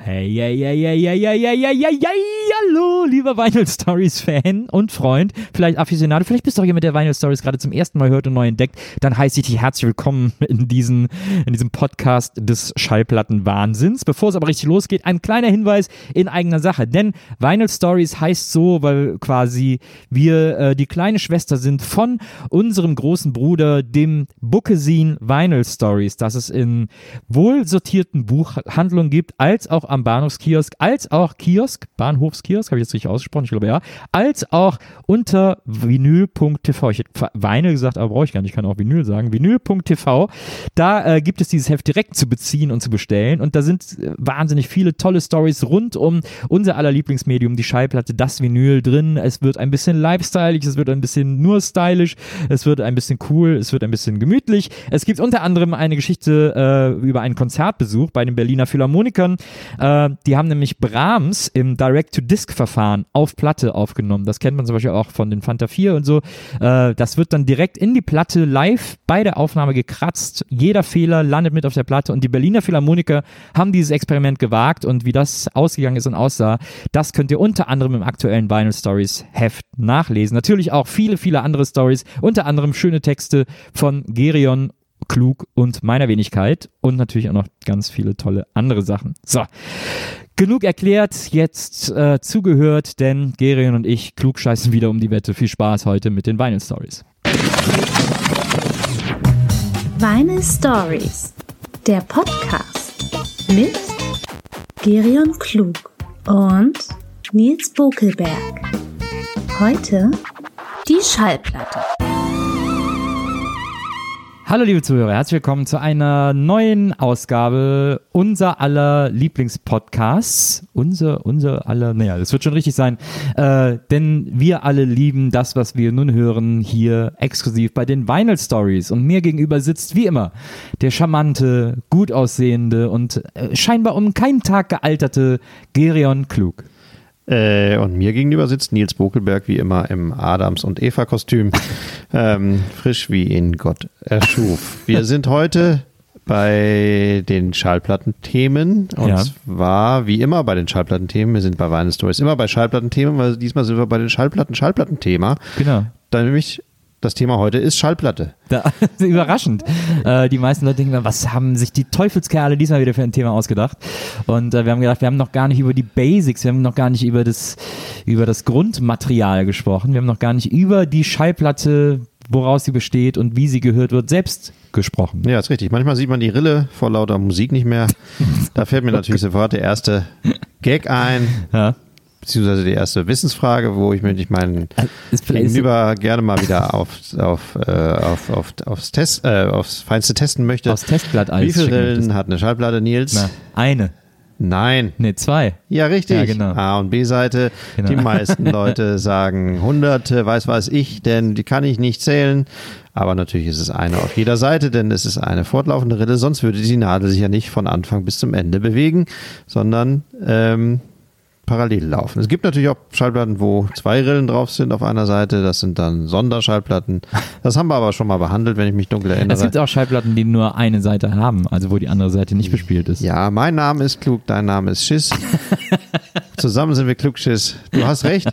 Hey, hallo, lieber Vinyl Stories Fan und Freund, vielleicht Afficionado, vielleicht bist du auch jemand, der Vinyl Stories gerade zum ersten Mal hört und neu entdeckt, dann heiße ich dich herzlich willkommen in diesem Podcast des Schallplattenwahnsinns. Bevor es aber richtig losgeht, ein kleiner Hinweis in eigener Sache, denn Vinyl Stories heißt so, weil quasi wir die kleine Schwester sind von unserem großen Bruder, dem Bookesin Vinyl Stories, das es in wohl sortierten Buchhandlungen gibt, als auch am Bahnhofskiosk, als auch Bahnhofskiosk, habe ich jetzt richtig ausgesprochen, ich glaube ja, als auch unter vinyl.tv. Ich hätte Vinyl gesagt, aber brauche ich gar nicht, ich kann auch Vinyl sagen, vinyl.tv. Da gibt es dieses Heft direkt zu beziehen und zu bestellen und da sind wahnsinnig viele tolle Stories rund um unser aller Lieblingsmedium, die Schallplatte, das Vinyl drin. Es wird ein bisschen lifestyleig, es wird ein bisschen nur stylisch, es wird ein bisschen cool, es wird ein bisschen gemütlich. Es gibt unter anderem eine Geschichte über einen Konzertbesuch bei den Berliner Philharmonikern. Die haben nämlich Brahms im Direct-to-Disc-Verfahren auf Platte aufgenommen. Das kennt man zum Beispiel auch von den Fanta 4 und so. Das wird dann direkt in die Platte live bei der Aufnahme gekratzt. Jeder Fehler landet mit auf der Platte und die Berliner Philharmoniker haben dieses Experiment gewagt und wie das ausgegangen ist und aussah, das könnt ihr unter anderem im aktuellen Vinyl Stories Heft nachlesen. Natürlich auch viele, viele andere Stories, unter anderem schöne Texte von Gerion, Klug und meiner Wenigkeit und natürlich auch noch ganz viele tolle andere Sachen. So, genug erklärt, jetzt zugehört, denn Gerion und ich klugscheißen wieder um die Wette. Viel Spaß heute mit den Vinyl Stories. Vinyl Stories, der Podcast mit Gerion Klug und Nils Bokelberg. Heute die Schallplatte. Hallo liebe Zuhörer, herzlich willkommen zu einer neuen Ausgabe unser aller Lieblingspodcasts. Das wird schon richtig sein, denn wir alle lieben das, was wir nun hören, hier exklusiv bei den Vinyl Stories. Und mir gegenüber sitzt wie immer der charmante, gut aussehende und scheinbar um keinen Tag gealterte Gerion Klug. Und mir gegenüber sitzt Nils Bokelberg wie immer im Adams- und Eva-Kostüm, frisch wie ihn Gott erschuf. Wir sind heute bei den Schallplattenthemen und zwar wie immer bei den Schallplattenthemen. Wir sind bei Vinyl Stories immer bei Schallplattenthemen, weil diesmal sind wir bei den Schallplattenthema. Genau. Dann nämlich das Thema heute ist Schallplatte. Überraschend. Die meisten Leute denken, was haben sich die Teufelskerle diesmal wieder für ein Thema ausgedacht? Und wir haben gedacht, wir haben noch gar nicht über die Basics, wir haben noch gar nicht über das Grundmaterial gesprochen, wir haben noch gar nicht über die Schallplatte, woraus sie besteht und wie sie gehört wird, selbst gesprochen. Ja, ist richtig. Manchmal sieht man die Rille vor lauter Musik nicht mehr. Da fällt mir natürlich sofort der erste Gag ein. Ja. Beziehungsweise die erste Wissensfrage, wo ich meinen Gegenüber gerne mal wieder aufs Feinste testen möchte. Aufs Testblatt Wie viele Rillen hat eine Schallplatte, Nils? Na, eine. Nein. Nee, 2. Ja, richtig. Ja, genau. A- und B-Seite. Genau. Die meisten Leute sagen Hunderte, weiß ich, denn die kann ich nicht zählen. Aber natürlich ist es eine auf jeder Seite, denn es ist eine fortlaufende Rille, sonst würde die Nadel sich ja nicht von Anfang bis zum Ende bewegen, sondern parallel laufen. Es gibt natürlich auch Schallplatten, wo 2 Rillen drauf sind auf einer Seite. Das sind dann Sonderschallplatten. Das haben wir aber schon mal behandelt, wenn ich mich dunkel erinnere. Es gibt auch Schallplatten, die nur eine Seite haben, also wo die andere Seite nicht bespielt ist. Ja, mein Name ist Klug, dein Name ist Schiss. Zusammen sind wir Klugschiss. Du hast recht.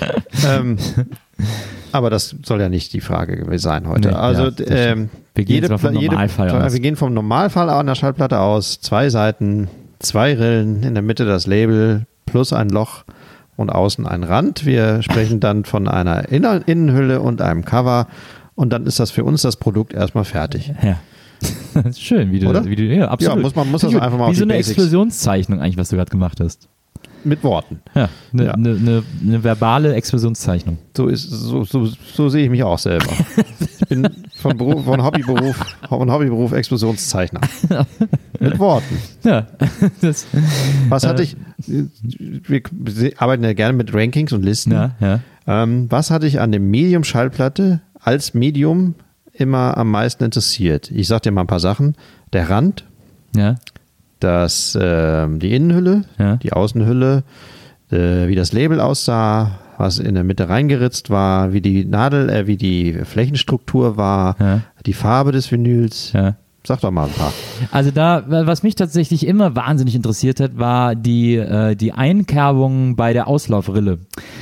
Aber das soll ja nicht die Frage sein heute. Nee, also wir gehen vom Normalfall an der Schallplatte aus. 2 Seiten, 2 Rillen, in der Mitte das Label plus ein Loch und außen ein Rand. Wir sprechen dann von einer Innenhülle und einem Cover und dann ist das für uns das Produkt erstmal fertig. Ja. Das ist schön, ja, absolut. Ja, muss das einfach mal wie auf so eine Basics. Explosionszeichnung eigentlich, was du gerade gemacht hast. Mit Worten. Ja, eine verbale Explosionszeichnung. So sehe ich mich auch selber. Ich bin von Hobbyberuf Explosionszeichner. Mit Worten. Ja. Was hatte ich, wir arbeiten ja gerne mit Rankings und Listen. Ja. Was hatte ich an dem Medium Schallplatte als Medium immer am meisten interessiert? Ich sag dir mal ein paar Sachen. Der Rand. Ja. Die Innenhülle, die Außenhülle, wie das Label aussah, was in der Mitte reingeritzt war, wie die Flächenstruktur war, die Farbe des Vinyls, Sag doch mal ein paar. Also was mich tatsächlich immer wahnsinnig interessiert hat, war die Einkerbung bei der Auslaufrille.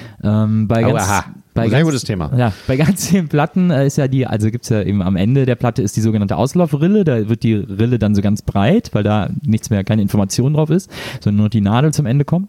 Sehr gutes Thema. Ja, bei ganz vielen Platten ist ja gibt's ja eben am Ende der Platte ist die sogenannte Auslaufrille, da wird die Rille dann so ganz breit, weil da keine Information drauf ist, sondern nur die Nadel zum Ende kommt.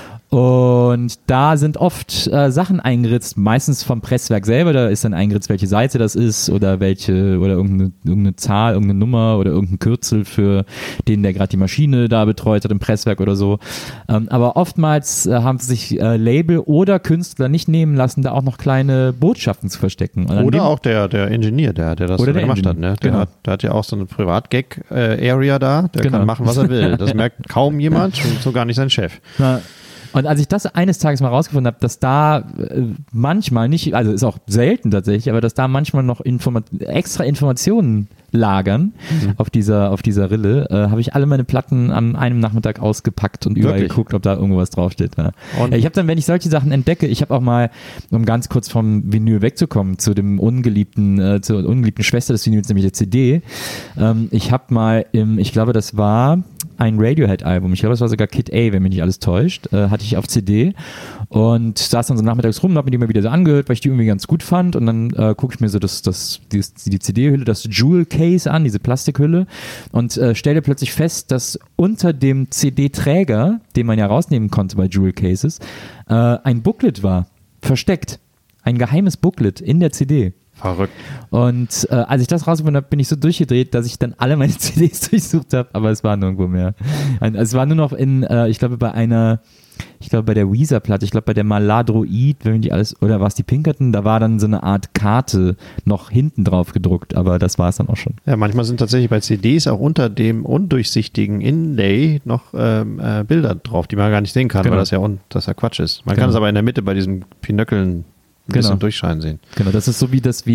Und da sind oft Sachen eingeritzt, meistens vom Presswerk selber, da ist dann eingeritzt, welche Seite das ist oder irgendeine Zahl, irgendeine Nummer oder irgendein Kürzel für den, der gerade die Maschine da betreut hat im Presswerk oder so. Aber oftmals haben sich Label oder Künstler nicht nehmen lassen, da auch noch kleine Botschaften zu verstecken. Oder auch der Ingenieur, der das so gemacht hat. Ne? Der hat ja auch so eine Privat-Gag-Area da, der kann machen, was er will. Das merkt kaum jemand, so gar nicht sein Chef. Und als ich das eines Tages mal rausgefunden habe, dass da manchmal nicht, also ist auch selten tatsächlich, aber dass da manchmal noch extra Informationen lagern auf dieser Rille, habe ich alle meine Platten an einem Nachmittag ausgepackt und überall geguckt, ob da irgendwas draufsteht. Ja. Ich habe dann, wenn ich solche Sachen entdecke, ich habe auch mal, um ganz kurz vom Vinyl wegzukommen, zur ungeliebten Schwester des Vinyls, nämlich der CD, ich habe mal ich glaube, das war ein Radiohead-Album, ich glaube, das war sogar Kid A, wenn mich nicht alles täuscht, hatte ich auf CD und saß dann so nachmittags rum und habe mir die mal wieder so angehört, weil ich die irgendwie ganz gut fand und dann gucke ich mir so die CD-Hülle, das Jewel Case an, diese Plastikhülle und stelle plötzlich fest, dass unter dem CD-Träger, den man ja rausnehmen konnte bei Jewel Cases, ein Booklet war, versteckt. Ein geheimes Booklet in der CD. Verrückt. Und als ich das rausgefunden habe, bin ich so durchgedreht, dass ich dann alle meine CDs durchsucht habe, aber es war nirgendwo mehr. Es war nur noch ich glaube bei der Weezer-Platte, ich glaube bei der Maladroid, wenn die alles, oder war es die Pinkerton, da war dann so eine Art Karte noch hinten drauf gedruckt, aber das war es dann auch schon. Ja, manchmal sind tatsächlich bei CDs auch unter dem undurchsichtigen Inlay noch Bilder drauf, die man gar nicht sehen kann, weil das ja Quatsch ist. Man kann es aber in der Mitte bei diesem Pinöckeln ein bisschen durchscheinen sehen. Genau, das ist so das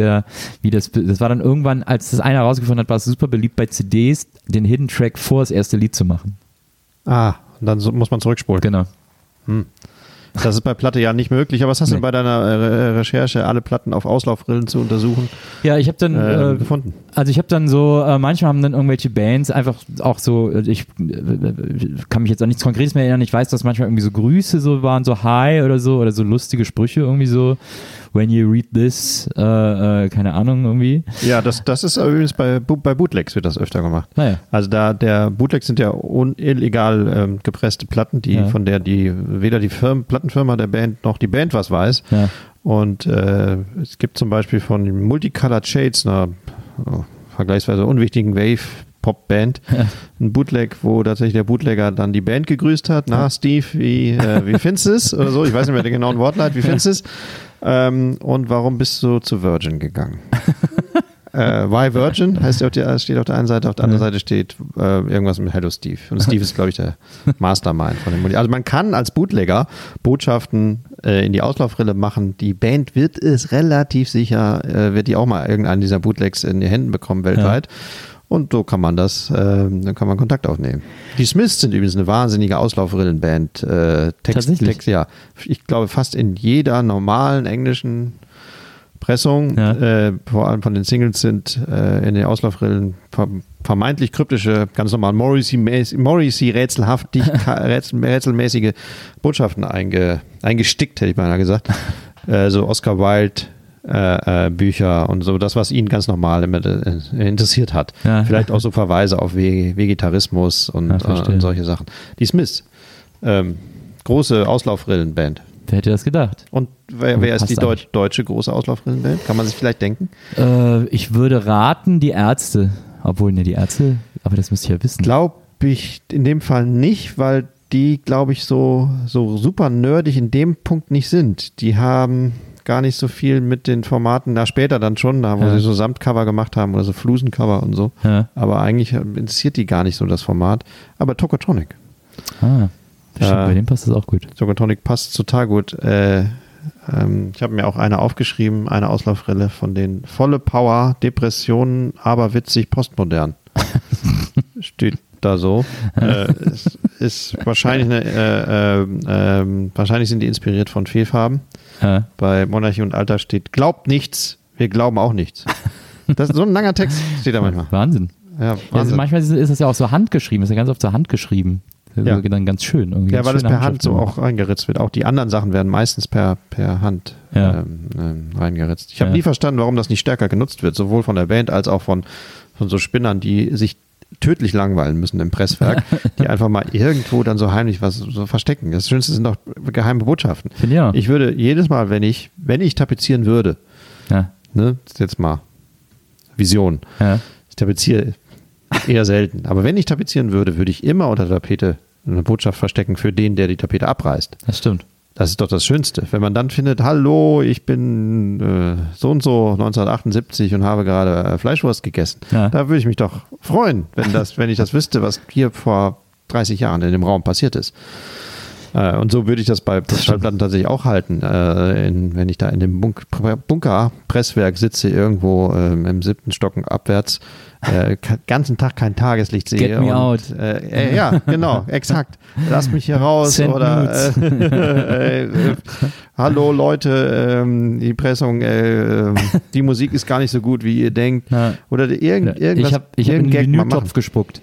war dann irgendwann, als das einer herausgefunden hat, war es super beliebt bei CDs, den Hidden Track vor das erste Lied zu machen. Und dann muss man zurückspulen. Genau. Das ist bei Platte ja nicht möglich, aber was hast du bei deiner Recherche, alle Platten auf Auslaufrillen zu untersuchen? Ja, ich habe dann gefunden. Also ich habe dann so, manchmal haben dann irgendwelche Bands einfach auch so, ich kann mich jetzt an nichts Konkretes mehr erinnern, ich weiß, dass manchmal irgendwie so Grüße so waren, so Hi oder so lustige Sprüche irgendwie so, when you read this, keine Ahnung irgendwie. Ja, das ist übrigens bei Bootlegs wird das öfter gemacht. Naja. Also der Bootlegs sind ja illegal gepresste Platten, von der weder die Plattenfirma der Band noch die Band was weiß. Ja. Und es gibt zum Beispiel von Multicolored Shades, einer vergleichsweise unwichtigen Wave-Pop-Band, ein Bootleg, wo tatsächlich der Bootlegger dann die Band gegrüßt hat. Na, Steve, wie findest du es? Oder so, ich weiß nicht mehr den genauen Wortlaut, wie findest du es? Und warum bist du zu Virgin gegangen? Why Virgin heißt steht auf der einen Seite, auf der anderen Seite steht irgendwas mit Hello Steve. Und Steve ist, glaube ich, der Mastermind von dem Modell. Also man kann als Bootlegger Botschaften in die Auslaufrille machen. Die Band wird es relativ sicher, wird die auch mal irgendeinen dieser Bootlegs in die Hände bekommen weltweit. Ja. Und so kann man dann kann man Kontakt aufnehmen. Die Smiths sind übrigens eine wahnsinnige Auslaufrillenband. Tatsächlich? Ja. Ich glaube, fast in jeder normalen englischen Pressung, vor allem von den Singles, sind in den Auslaufrillen vermeintlich kryptische, ganz normal rätselmäßige Botschaften eingestickt, hätte ich beinahe gesagt. So Oscar Wilde Bücher und so, das, was ihn ganz normal interessiert hat. Ja. Vielleicht auch so Verweise auf Vegetarismus und solche Sachen. Die Smiths, große Auslaufrillenband. Wer hätte das gedacht? Und wer ist die deutsche große Auslaufrillenband? Kann man sich vielleicht denken? Ich würde raten, die Ärzte. Obwohl, die Ärzte, aber das müsste ich ja wissen. Glaube ich in dem Fall nicht, weil die, glaube ich, so super nerdig in dem Punkt nicht sind. Die haben gar nicht so viel mit den Formaten, später dann schon, wo sie so Samtcover gemacht haben oder so Flusencover und so. Ja. Aber eigentlich interessiert die gar nicht so das Format. Aber Tokotronic. Bei dem passt das auch gut. Tokotronic passt total gut. Ich habe mir auch eine aufgeschrieben, eine Auslaufrille von den volle Power, Depressionen, aber witzig, postmodern. Steht da so. Ist wahrscheinlich wahrscheinlich sind die inspiriert von Fehlfarben. Bei Monarchie und Alter steht, glaubt nichts, wir glauben auch nichts. Das ist so ein langer Text, steht da manchmal. Wahnsinn. Ja, also manchmal ist das ja auch so handgeschrieben, ist ja ganz oft so handgeschrieben. Ja. Dann ganz schön. Ja, weil es per Hand so auch reingeritzt wird. Auch die anderen Sachen werden meistens per Hand reingeritzt. Ich habe nie verstanden, warum das nicht stärker genutzt wird, sowohl von der Band als auch von so Spinnern, die sich tödlich langweilen müssen im Presswerk, die einfach mal irgendwo dann so heimlich was so verstecken. Das Schönste sind doch geheime Botschaften. Ja. Ich würde jedes Mal, wenn ich tapezieren würde, ne, das ist jetzt mal Vision, ich tapeziere eher selten, aber wenn ich tapezieren würde, würde ich immer unter der Tapete eine Botschaft verstecken für den, der die Tapete abreißt. Das stimmt. Das ist doch das Schönste. Wenn man dann findet, hallo, ich bin so und so 1978 und habe gerade Fleischwurst gegessen. Ja. Da würde ich mich doch freuen, wenn ich das wüsste, was hier vor 30 Jahren in dem Raum passiert ist. Und so würde ich das bei Schallplatten tatsächlich auch halten. Wenn ich da in dem Bunker-Presswerk sitze, irgendwo im 7. Stock abwärts, ganzen Tag kein Tageslicht sehe. Get me out. Ja, genau, exakt. Lass mich hier raus. Send oder hallo Leute, die Pressung, die Musik ist gar nicht so gut, wie ihr denkt. Ja. Oder irgendwas. Ich hab in den Vinyltopf gespuckt.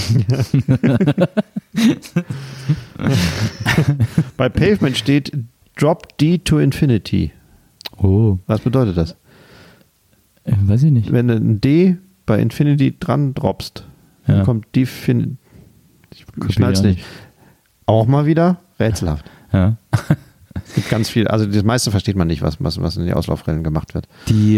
Bei Pavement steht Drop D to Infinity. Oh. Was bedeutet das? Weiß ich nicht. Wenn du ein D bei Infinity dran droppst, dann kommt ich schnall's nicht. Auch mal wieder rätselhaft. Ja. Es gibt ganz viel, also das meiste versteht man nicht, was in die Auslaufrillen gemacht wird.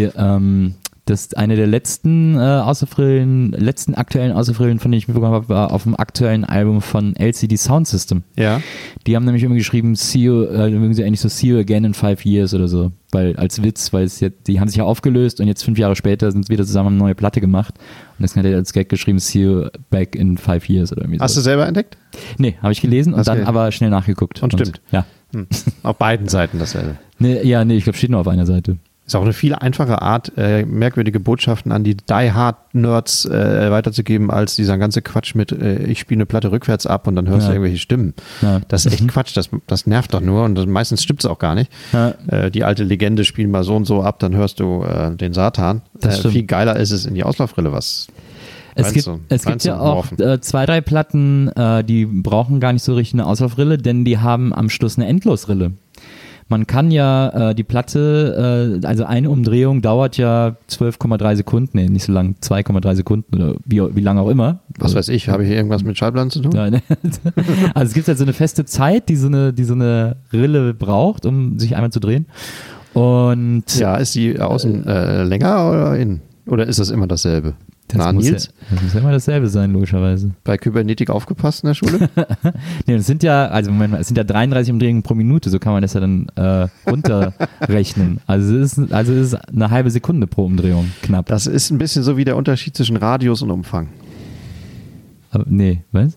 Das ist eine der letzten aktuellen Auslaufrillen, von denen ich mitbekommen habe, war auf dem aktuellen Album von LCD Sound System. Ja. Die haben nämlich irgendwie geschrieben, see you again in 5 years oder so. Weil als Witz, die haben sich ja aufgelöst und jetzt 5 Jahre später sind sie wieder zusammen, haben eine neue Platte gemacht. Und das hat er als Gag geschrieben, see you back in 5 years oder irgendwie so. Hast du selber entdeckt? Nee, habe ich gelesen und dann aber schnell nachgeguckt. Und stimmt. Ja. Auf beiden Seiten dasselbe. Nee, ich glaube, steht nur auf einer Seite. Ist auch eine viel einfache Art, merkwürdige Botschaften an die Die-Hard-Nerds weiterzugeben, als dieser ganze Quatsch mit ich spiele eine Platte rückwärts ab und dann hörst du irgendwelche Stimmen. Ja. Das ist echt Quatsch, das nervt doch nur und meistens stimmt es auch gar nicht. Ja. Die alte Legende, spielen mal so und so ab, dann hörst du den Satan. Viel geiler ist es in die Auslaufrille, was... Es gibt ja auch 2, 3 Platten, die brauchen gar nicht so richtig eine Auslaufrille, denn die haben am Schluss eine Endlosrille. Man kann ja die Platte, also eine Umdrehung dauert ja 12,3 Sekunden, nee, nicht so lang, 2,3 Sekunden oder wie lange auch immer. Was weiß ich, habe ich hier irgendwas mit Schallplatten zu tun? Nein. Also es gibt halt so eine feste Zeit, die so eine Rille braucht, um sich einmal zu drehen. Und ja, ist die außen länger oder innen? Oder ist das immer dasselbe? Das muss ja immer dasselbe sein, logischerweise. Bei Kybernetik aufgepasst in der Schule? Nee, es sind ja 33 Umdrehungen pro Minute, so kann man das ja dann runterrechnen. Also es ist eine halbe Sekunde pro Umdrehung, knapp. Das ist ein bisschen so wie der Unterschied zwischen Radius und Umfang. Aber, nee, was?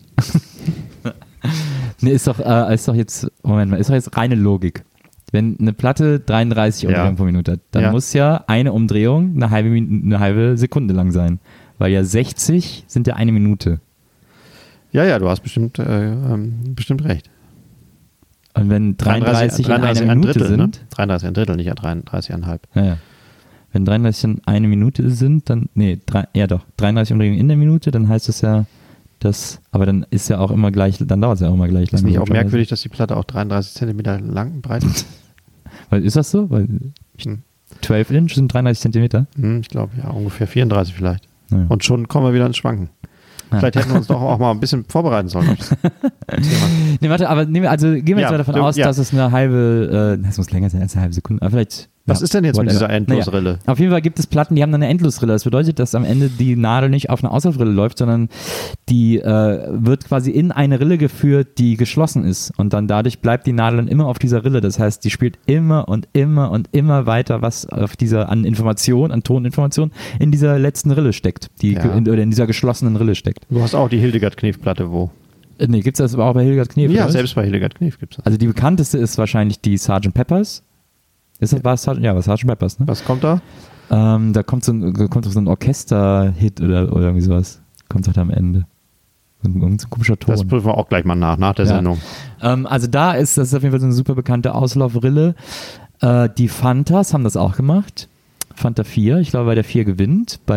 Nee, ist doch jetzt reine Logik. Wenn eine Platte 33 Umdrehungen pro Minute hat, dann muss ja eine Umdrehung eine halbe Sekunde lang sein. Weil ja 60 sind ja 1 Minute. Ja, du hast bestimmt recht. Und wenn 33 in einer Minute sind... Ne? 33 ein Drittel, nicht 33,5. Ja. Wenn 33 in 1 Minute sind, dann... 33 Umdrehungen in der Minute, dann heißt es ja... aber dann ist ja auch immer gleich, dann dauert es ja auch immer gleich lang. Ist nicht auch merkwürdig, dass die Platte auch 33 Zentimeter lang breit ist? Weil ist das so? Weil 12 Inch sind 33 Zentimeter? Ich glaube, ja, ungefähr 34 vielleicht. Ja. Und schon kommen wir wieder ins Schwanken. Vielleicht hätten wir uns doch auch mal ein bisschen vorbereiten sollen. Nee, warte, aber gehen wir jetzt mal davon aus, dass es eine halbe, das muss länger sein als eine halbe Sekunde, aber vielleicht... Was ist denn jetzt mit dieser Endlosrille? Auf jeden Fall gibt es Platten, die haben dann eine Endlosrille. Das bedeutet, dass am Ende die Nadel nicht auf eine Auslaufrille läuft, sondern die wird quasi in eine Rille geführt, die geschlossen ist. Und dann dadurch bleibt die Nadel dann immer auf dieser Rille. Das heißt, die spielt immer und immer und immer weiter, was auf an Toninformation in dieser letzten Rille steckt, oder in dieser geschlossenen Rille steckt. Du hast auch die Hildegard-Knef-Platte, wo? Nee, gibt es das aber auch bei Hildegard Knef? Ja, selbst bei Hildegard Knef gibt es das. Also die bekannteste ist wahrscheinlich die Sgt. Peppers. War Sgt. Peppers, ne? Was kommt da? Da kommt so ein Orchester-Hit oder irgendwie sowas. Kommt halt am Ende. Irgendein komischer Ton. Das prüfen wir auch gleich mal nach der Sendung. Also das ist auf jeden Fall so eine super bekannte Auslaufrille. Die Fantas haben das auch gemacht. Fanta 4, ich glaube, bei der 4 gewinnt. Bei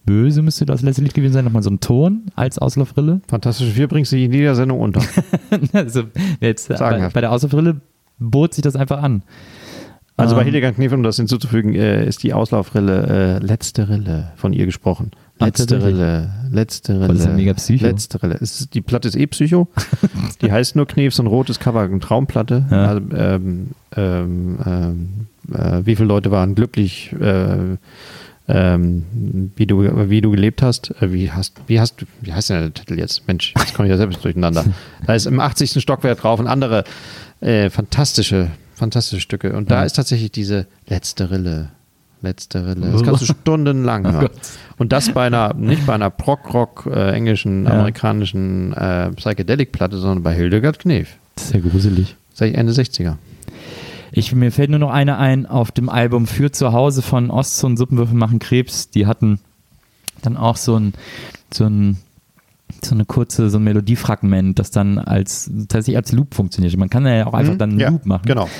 Böse müsste das letzte Lied gewesen sein, nochmal so ein Ton als Auslaufrille. Fantastische Vier bringst du in jeder Sendung unter. Also jetzt bei der Auslaufrille bot sich das einfach an. Also bei Hildegard Knef, um das hinzuzufügen, ist die Auslaufrille letzte Rille von ihr gesprochen. Letzte Rille. Das ist ja mega Psycho. Letzte Rille. Die Platte ist Psycho. Die heißt nur Knef, so ein rotes Cover, eine Traumplatte. Ja. Also, wie viele Leute waren glücklich, wie du gelebt hast. Wie heißt denn der Titel jetzt? Mensch, jetzt komme ich ja selbst durcheinander. Da ist im 80. Stockwerk drauf und andere fantastische Stücke. Und da ist tatsächlich diese letzte Rille. Das kannst du stundenlang hören. Und das nicht bei einer Prog-Rock, englischen, amerikanischen Psychedelic-Platte, sondern bei Hildegard Knef. Das ist ja gruselig. Ende 60er. Mir fällt nur noch eine ein auf dem Album Für zu Hause von Ostzone, Suppenwürfel machen Krebs. Die hatten dann auch so ein Melodiefragment, das dann tatsächlich als Loop funktioniert. Man kann ja auch einfach dann einen Loop machen. Genau.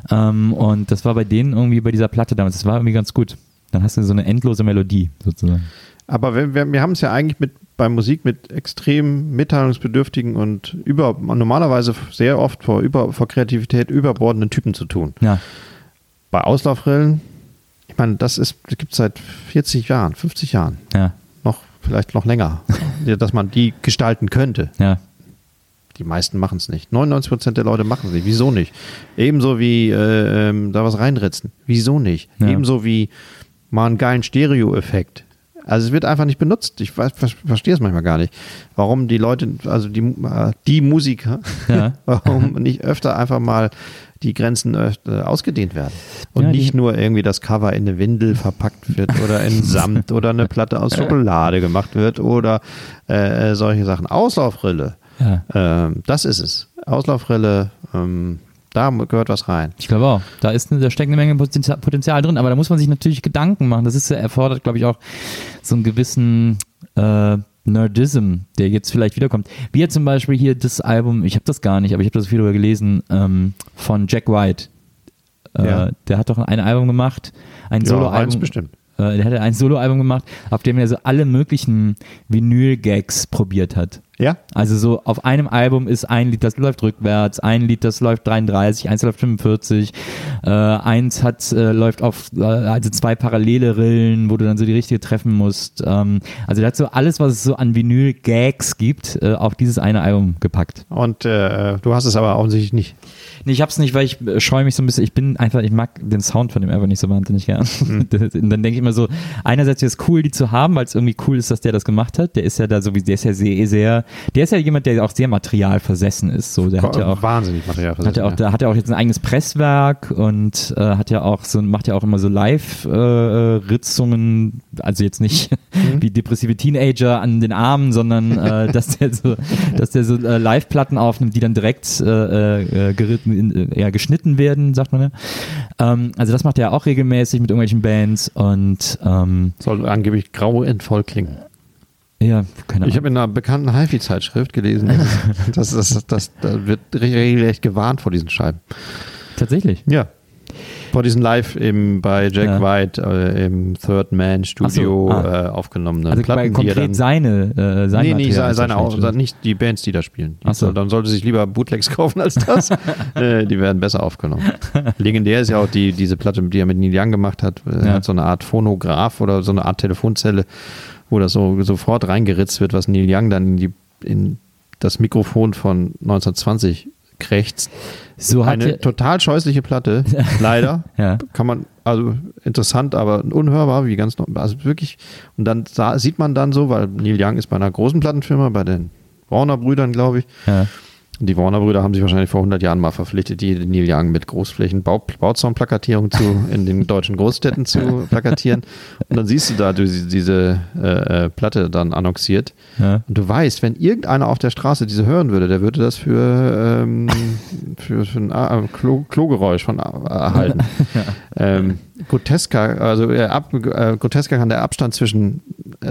Und das war bei denen irgendwie bei dieser Platte damals. Das war irgendwie ganz gut. Dann hast du so eine endlose Melodie sozusagen. Aber wir haben es ja eigentlich bei Musik mit extrem mitteilungsbedürftigen und normalerweise sehr oft vor Kreativität überbordenden Typen zu tun. Ja. Bei Auslaufrillen, ich meine, das gibt es seit 40 Jahren, 50 Jahren. Ja. Vielleicht noch länger, dass man die gestalten könnte. Ja. Die meisten machen es nicht. 99% der Leute machen es nicht. Wieso nicht? Ebenso wie da was reinritzen. Wieso nicht? Ja. Ebenso wie mal einen geilen Stereo-Effekt. Also es wird einfach nicht benutzt. Ich verstehe es manchmal gar nicht. Warum die Leute, also die Musiker, warum nicht öfter einfach mal die Grenzen ausgedehnt werden. Und nicht nur irgendwie das Cover in eine Windel verpackt wird oder in Samt oder eine Platte aus Schokolade gemacht wird oder solche Sachen. Auslaufrille. Ja. Das ist es. Auslaufrille, da gehört was rein. Ich glaube auch. Da steckt eine Menge Potenzial drin, aber da muss man sich natürlich Gedanken machen. Das erfordert, glaube ich, auch so einen gewissen Nerdism, der jetzt vielleicht wiederkommt. Wie jetzt zum Beispiel hier das Album, ich habe das gar nicht, aber ich habe das viel darüber gelesen, von Jack White. Der hat doch ein Album gemacht, ein Soloalbum. Bestimmt. Der hat ein Soloalbum gemacht, auf dem er so alle möglichen Vinyl-Gags probiert hat. Ja. Also so auf einem Album ist ein Lied, das läuft rückwärts, ein Lied, das läuft 33, eins läuft 45, eins läuft auf also zwei parallele Rillen, wo du dann so die richtige treffen musst. Also der hat so alles, was es so an Vinyl-Gags gibt, auf dieses eine Album gepackt. Und du hast es aber offensichtlich nicht. Nee, ich hab's nicht, weil ich scheue mich so ein bisschen, ich mag den Sound von dem einfach nicht so wahnsinnig gern. Und dann denke ich immer so, einerseits ist es cool, die zu haben, weil es irgendwie cool ist, dass der das gemacht hat. Der ist ja da so, der ist ja jemand, der auch sehr materialversessen ist. So, der hat ja auch wahnsinnig materialversessen. Hat ja auch jetzt ein eigenes Presswerk und macht ja auch immer so Live-Ritzungen, also jetzt nicht wie depressive Teenager an den Armen, sondern dass der so Live-Platten aufnimmt, die dann direkt geschnitten werden, sagt man ja. Also das macht er auch regelmäßig mit irgendwelchen Bands und soll angeblich grau in voll klingen. Ja, keine Ahnung. Ich habe in einer bekannten HiFi-Zeitschrift gelesen, da wird regelrecht gewarnt vor diesen Scheiben. Tatsächlich? Ja. Vor diesen live bei Jack White im Third Man Studio aufgenommenen also Platten. Konkret seine nicht die Bands, die da spielen. Dann sollte sich lieber Bootlegs kaufen als das. Die werden besser aufgenommen. Legendär ist ja auch diese Platte, die er mit Neil Young gemacht hat. Er hat so eine Art Phonograph oder so eine Art Telefonzelle, wo das so sofort reingeritzt wird, was Neil Young dann in das Mikrofon von 1920 krächzt. So eine total scheußliche Platte, leider. Kann man, also interessant, aber unhörbar, wie ganz normal. Also wirklich, und dann sieht man dann so, weil Neil Young ist bei einer großen Plattenfirma, bei den Warner-Brüdern, glaube ich. Ja. Und die Warner-Brüder haben sich wahrscheinlich vor 100 Jahren mal verpflichtet, die Neil Young mit Großflächen-Bauzaunplakatierung in den deutschen Großstädten zu plakatieren. Und dann siehst du da diese Platte dann annonciert. Ja. Und du weißt, wenn irgendeiner auf der Straße diese hören würde, der würde das für ein Klogeräusch erhalten. Ja. Grotesker kann der Abstand zwischen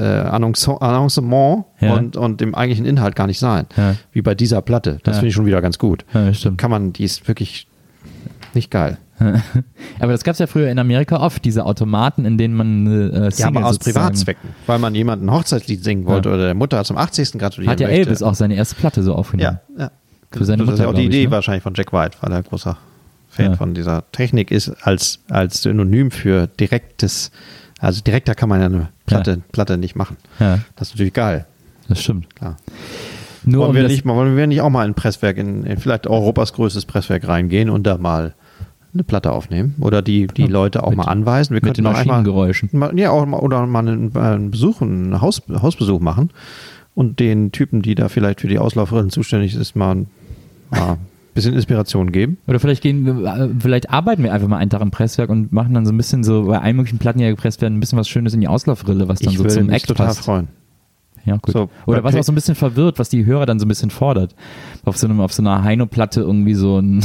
Annoncement und dem eigentlichen Inhalt gar nicht sein. Ja. Wie bei dieser Platte. Das finde ich schon wieder ganz gut. Ja, stimmt. Die ist wirklich nicht geil. Aber das gab es ja früher in Amerika oft, diese Automaten, in denen man Singles ja, aber aus sozusagen. Privatzwecken, weil man jemandem ein Hochzeitslied singen wollte oder der Mutter zum 80. gratulieren Hat ja möchte. Elvis auch seine erste Platte so aufgenommen. Ja. Für seine Das ist ja Mutter, auch die glaub ich, Idee ne? wahrscheinlich von Jack White, weil er großer Fan von dieser Technik ist, als Synonym für direktes, also direkter kann man ja eine Platte nicht machen. Ja, Das ist natürlich geil. das stimmt. Klar. Nur Wollen wir nicht auch mal in ein Presswerk, in vielleicht Europas größtes Presswerk reingehen und da mal eine Platte aufnehmen? Oder die Leute auch mal anweisen? Wir mit den könnten auch Maschinengeräuschen. ja, oder mal einen Besuch, einen Hausbesuch machen und den Typen, die da vielleicht für die Auslaufrillen zuständig ist, mal ein bisschen Inspiration geben. Oder vielleicht arbeiten wir einfach mal einen Tag im Presswerk und machen dann so ein bisschen so, bei allen möglichen Platten, die ja gepresst werden, ein bisschen was Schönes in die Auslaufrille, was dann so zum Act total passt. freuen. Ja, gut. So, oder was auch so ein bisschen verwirrt, was die Hörer dann so ein bisschen fordert. Auf so einer Heino-Platte irgendwie so ein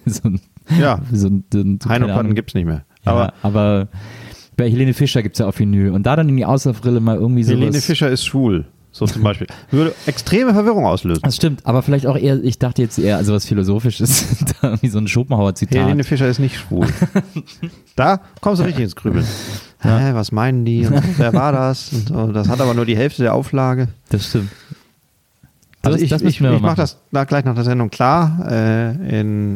Heino-Platten gibt es nicht mehr. Aber bei Helene Fischer gibt es ja auch Vinyl. Und da dann in die Auslaufrille mal irgendwie sowas. Helene Fischer ist schwul, so zum Beispiel. Würde extreme Verwirrung auslösen. Das stimmt, aber vielleicht auch eher, ich dachte jetzt eher also was Philosophisches, da irgendwie so ein Schopenhauer-Zitat. Helene Fischer ist nicht schwul. Da kommst du richtig ins Grübeln. Ja. Was meinen die? Und wer war das? Und so. Das hat aber nur die Hälfte der Auflage. Das stimmt. Also ich mache das gleich nach der Sendung klar, im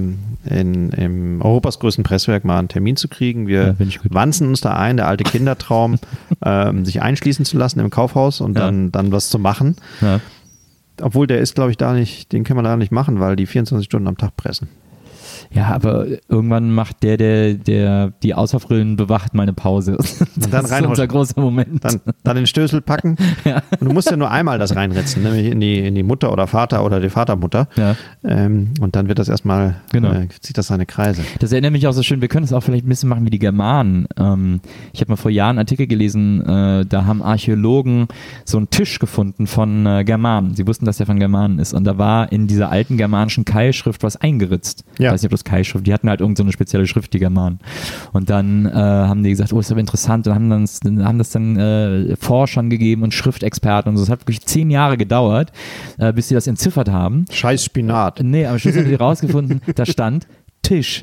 Europas größten Presswerk mal einen Termin zu kriegen. Wir wanzen uns da ein, der alte Kindertraum, sich einschließen zu lassen im Kaufhaus und dann was zu machen. Ja. Obwohl der ist, glaube ich, den können wir da nicht machen, weil die 24 Stunden am Tag pressen. Ja, aber irgendwann macht der die Auslaufrillen bewacht, meine Pause. Das dann ist unser großer Moment. Dann den Stößel packen. Ja. Und du musst ja nur einmal das reinritzen, nämlich in die Mutter oder Vater oder die Vatermutter. Ja. Und dann wird das erstmal, zieht das seine Kreise. Das erinnert mich auch so schön, wir können es auch vielleicht ein bisschen machen wie die Germanen. Ich habe mal vor Jahren einen Artikel gelesen, da haben Archäologen so einen Tisch gefunden von Germanen. Sie wussten, dass der von Germanen ist. Und da war in dieser alten germanischen Keilschrift was eingeritzt. Ja. Ich weiß nicht, ob das Keilschrift, die hatten halt irgend so eine spezielle Schrift, die Germanen. Und dann haben die gesagt, ist aber interessant und haben das dann Forschern gegeben und Schriftexperten und so. Es hat wirklich 10 Jahre gedauert, bis sie das entziffert haben. Scheiß Spinat. Nee, aber schließlich haben sie rausgefunden, da stand Tisch.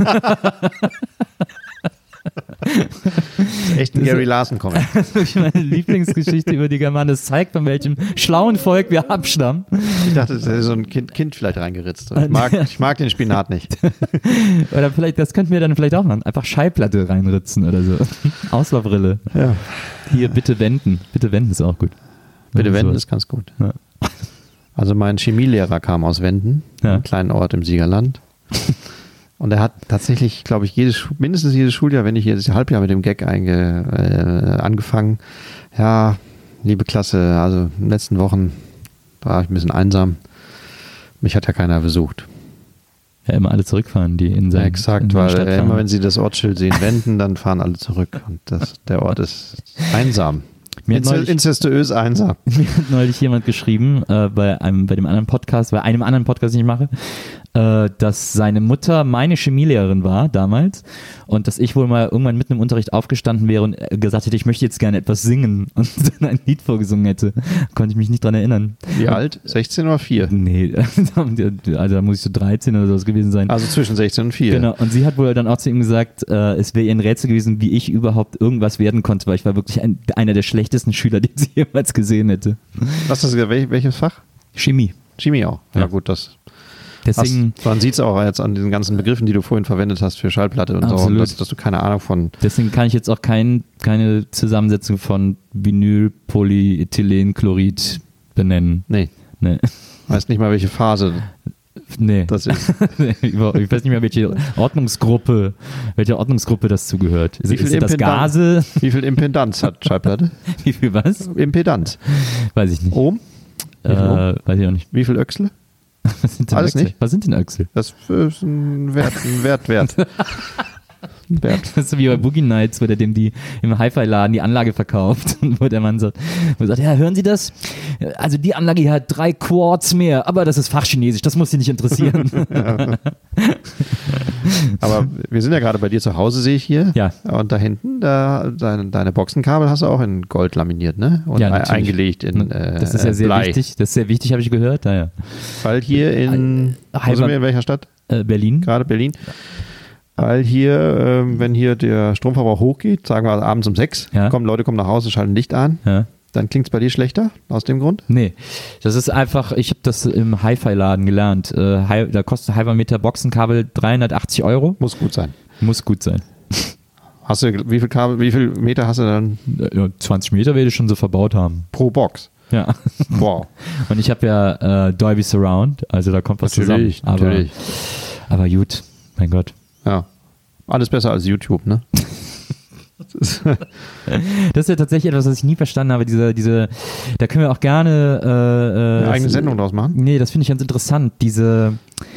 Das ist echt ein Gary Larson-Comic. Das ist wirklich meine Lieblingsgeschichte über die Germanen. Das zeigt, von welchem schlauen Volk wir abstammen. Ich dachte, das ist so ein Kind vielleicht reingeritzt. Ich mag den Spinat nicht. Oder vielleicht, das könnten wir dann vielleicht auch machen. Einfach Schallplatte reinritzen oder so. Auslaufrille. Ja. Hier, bitte wenden. Bitte wenden ist auch gut. Bitte wenden ist ganz gut. Ja. Also mein Chemielehrer kam aus Wenden, einem kleinen Ort im Siegerland. Und er hat tatsächlich, glaube ich, mindestens jedes Schuljahr, wenn nicht jedes Halbjahr mit dem Gag angefangen. Ja, liebe Klasse, also in den letzten Wochen war ich ein bisschen einsam. Mich hat ja keiner besucht. Ja, immer alle zurückfahren, die in seinem Exakt, weil immer wenn sie das Ortsschild sehen, wenden, dann fahren alle zurück. Und der Ort ist einsam. Inzestuös einsam. Mir hat neulich jemand geschrieben, bei einem anderen Podcast, den ich mache, dass seine Mutter meine Chemielehrerin war damals und dass ich wohl mal irgendwann mitten im Unterricht aufgestanden wäre und gesagt hätte, ich möchte jetzt gerne etwas singen und dann ein Lied vorgesungen hätte. Konnte ich mich nicht dran erinnern. Wie alt? 16 oder 4? Nee, also da muss ich so 13 oder sowas gewesen sein. Also zwischen 16 und 4. Genau, und sie hat wohl dann auch zu ihm gesagt, es wäre ihr ein Rätsel gewesen, wie ich überhaupt irgendwas werden konnte, weil ich war wirklich einer der schlechtesten Schüler, den sie jemals gesehen hätte. Was hast du gesagt? Welches Fach? Chemie. Chemie auch. Ja gut, Deswegen, man sieht es auch jetzt an diesen ganzen Begriffen, die du vorhin verwendet hast für Schallplatte und absolut. So, dass du keine Ahnung von... Deswegen kann ich jetzt auch keine Zusammensetzung von Vinylpolyethylenchlorid benennen. Nee. Weißt nicht mal, welche Phase das ist. Ich weiß nicht mehr, welche Ordnungsgruppe das zugehört. Sind das Gase? Wie viel Impedanz hat Schallplatte? Wie viel was? Impedanz. Weiß ich nicht. Ohm? Weiß ich auch nicht. Wie viel Öchsle? Was sind denn Alles Öchsel? nicht? Was sind denn Öchsel? Das ist ein Wert. Das ist wie bei Boogie Nights, wo der dem die im Hi-Fi-Laden die Anlage verkauft und wo der Mann sagt, ja, hören Sie das? Also die Anlage hier hat 3 Quarts mehr, aber das ist Fachchinesisch, das muss Sie nicht interessieren. Aber wir sind ja gerade bei dir zu Hause, sehe ich hier. Ja. Und da hinten, deine Boxenkabel hast du auch in Gold laminiert, ne? Und eingelegt in das ist ja sehr Blei. wichtig. Das ist sehr wichtig, habe ich gehört. Ja. Weil hier wo sind wir in welcher Stadt? Berlin. Gerade Berlin. Weil hier, wenn hier der Stromverbrauch hochgeht, sagen wir abends um 6, Leute kommen nach Hause, schalten Licht an, dann klingt es bei dir schlechter aus dem Grund? Nee, das ist einfach, ich habe das im Hi-Fi-Laden gelernt. Da kostet ein Hi-Fi-Meter Boxenkabel 380 €. Muss gut sein. Muss gut sein. Hast du, wie viel Meter hast du dann? 20 Meter werde ich schon so verbaut haben. Pro Box? Ja. Wow. Und ich habe ja Dolby Surround, also da kommt was natürlich, zusammen. Natürlich. Aber gut, mein Gott. Ja. Alles besser als YouTube, ne? Das ist ja tatsächlich etwas, was ich nie verstanden habe. Da können wir auch gerne eine eigene Sendung draus machen. Nee, das finde ich ganz interessant. Dieses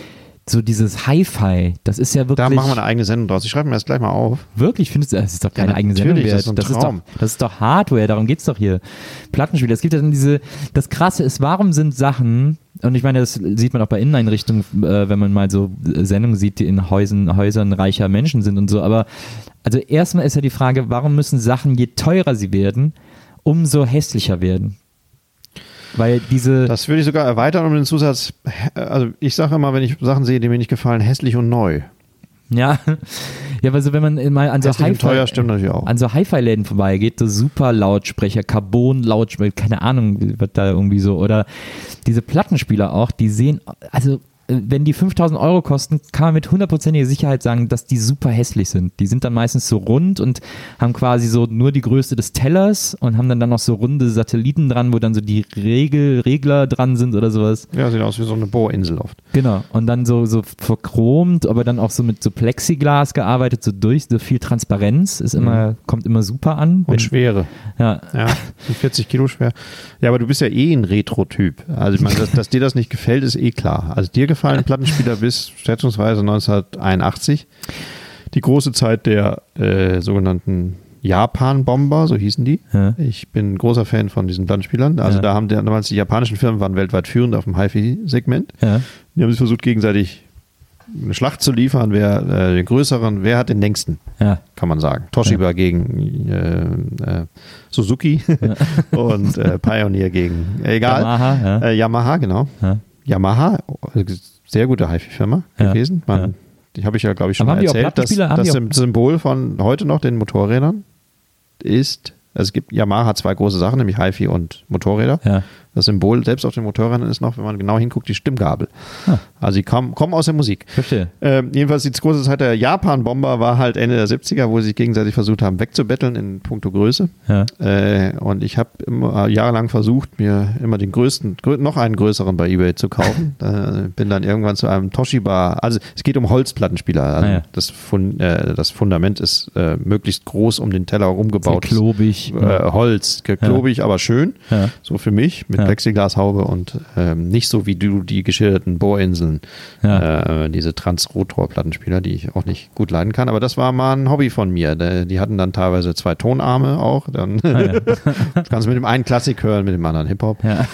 Hi-Fi, das ist ja wirklich. Da machen wir eine eigene Sendung draus. Ich schreibe mir das gleich mal auf. Wirklich? Findest du, das ist doch keine eigene Sendung wert. Das ist doch Hardware, darum geht's doch hier. Plattenspieler. Es gibt ja dann das Krasse ist, warum sind Sachen, und ich meine, das sieht man auch bei Inneneinrichtungen, wenn man mal so Sendungen sieht, die in Häusern reicher Menschen sind und so, aber also erstmal ist ja die Frage, warum müssen Sachen, je teurer sie werden, umso hässlicher werden? Weil das würde ich sogar erweitern um den Zusatz, also ich sage immer, wenn ich Sachen sehe, die mir nicht gefallen, hässlich und neu. Ja, also wenn man mal an so Hi-Fi-Läden vorbeigeht, so super Lautsprecher, Carbon-Lautsprecher, keine Ahnung, was da irgendwie so, oder diese Plattenspieler auch, die sehen, also wenn die 5.000 € kosten, kann man mit 100%iger Sicherheit sagen, dass die super hässlich sind. Die sind dann meistens so rund und haben quasi so nur die Größe des Tellers und haben dann noch so runde Satelliten dran, wo dann so die Regler dran sind oder sowas. Ja, sieht aus wie so eine Bohrinsel oft. Genau. Und dann so verchromt, aber dann auch so mit so Plexiglas gearbeitet, so viel Transparenz ist kommt immer super an. Und Schwere. Ja. 40 Kilo schwer. Ja, aber du bist ja ein Retro-Typ. Also ich meine, dass dir das nicht gefällt, ist klar. Also dir gefallen Plattenspieler bis schätzungsweise 1981. Die große Zeit der sogenannten Japan-Bomber, so hießen die. Ja. Ich bin ein großer Fan von diesen Plattenspielern. Also da haben damals die japanischen Firmen waren weltweit führend auf dem Hi-Fi-Segment. Ja. Die haben sich versucht, gegenseitig eine Schlacht zu liefern, wer hat den längsten, kann man sagen. Toshiba gegen Suzuki und Pioneer gegen, egal. Yamaha, genau. Ja. Yamaha, sehr gute Hi-Fi-Firma gewesen. Die habe ich ja, glaube ich, schon mal erzählt, dass das Symbol von heute noch den Motorrädern ist, also es gibt Yamaha hat zwei große Sachen, nämlich Hi-Fi und Motorräder. Ja. Das Symbol selbst auf den Motorrädern ist noch, wenn man genau hinguckt, die Stimmgabel. Also die kommen aus der Musik. Verstehe. Jedenfalls die große Zeit der Japan-Bomber war halt Ende der 70er, wo sie sich gegenseitig versucht haben wegzubetteln in puncto Größe. Ja. Und ich habe immer jahrelang versucht, mir immer den noch einen größeren bei eBay zu kaufen. Bin dann irgendwann zu einem Toshiba, also es geht um Holzplattenspieler. Also das Fundament ist möglichst groß um den Teller rumgebaut. Sehr klobig. Holz, klobig, aber schön. Ja. So für mich, mit Plexiglashaube und nicht so wie du die geschilderten Bohrinseln, diese Transrotor-Plattenspieler, die ich auch nicht gut leiden kann. Aber das war mal ein Hobby von mir. Die hatten dann teilweise 2 Tonarme auch. Dann kannst du mit dem einen Klassik hören, mit dem anderen Hip-Hop. Ja.